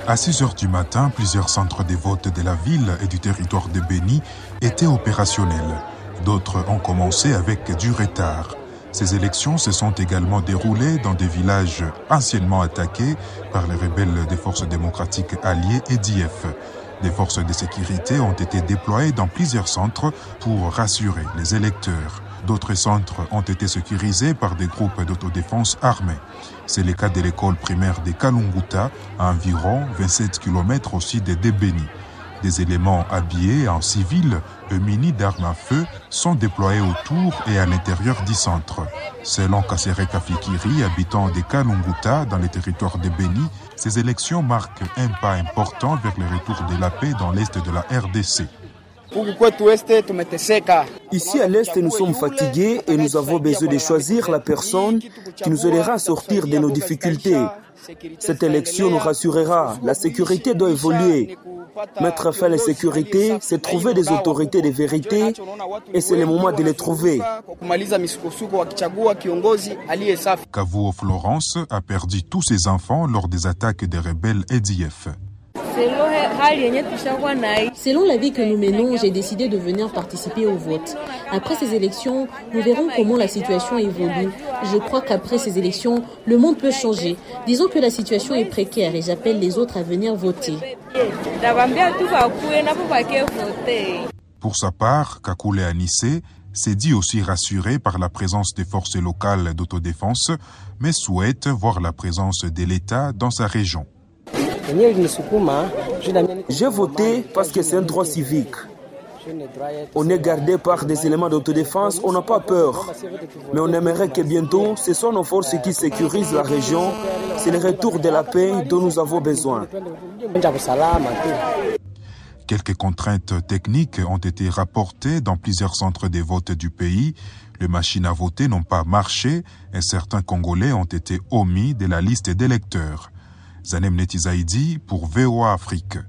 À 6 heures du matin, plusieurs centres de vote de la ville et du territoire de Béni étaient opérationnels. D'autres ont commencé avec du retard. Ces élections se sont également déroulées dans des villages anciennement attaqués par les rebelles des forces démocratiques alliées et d'IF. Des forces de sécurité ont été déployées dans plusieurs centres pour rassurer les électeurs. D'autres centres ont été sécurisés par des groupes d'autodéfense armés. C'est le cas de l'école primaire de Kalunguta, à environ 27 km au sud de Béni. Des éléments habillés en civil et munis d'armes à feu sont déployés autour et à l'intérieur du centre. Selon Kasereka Fikiri, habitant de Kalunguta dans le territoire de Béni, ces élections marquent un pas important vers le retour de la paix dans l'est de la RDC. Ici à l'Est, nous sommes fatigués et nous avons besoin de choisir la personne qui nous aidera à sortir de nos difficultés. Cette élection nous rassurera. La sécurité doit évoluer. Mettre fin à la sécurité, c'est trouver des autorités de vérité et c'est le moment de les trouver. Kavuo Florence a perdu tous ses enfants lors des attaques des rebelles EDF. Selon la vie que nous menons, j'ai décidé de venir participer au vote. Après ces élections, nous verrons comment la situation évolue. Je crois qu'après ces élections, le monde peut changer. Disons que la situation est précaire et j'appelle les autres à venir voter. Pour sa part, Kakule Anissé s'est dit aussi rassuré par la présence des forces locales d'autodéfense, mais souhaite voir la présence de l'État dans sa région. J'ai voté parce que c'est un droit civique. On est gardé par des éléments d'autodéfense, on n'a pas peur. Mais on aimerait que bientôt, ce sont nos forces qui sécurisent la région. C'est le retour de la paix dont nous avons besoin. Quelques contraintes techniques ont été rapportées dans plusieurs centres de vote du pays. Les machines à voter n'ont pas marché et certains Congolais ont été omis de la liste d'électeurs. Zanem Netizaidi pour VOA Afrique.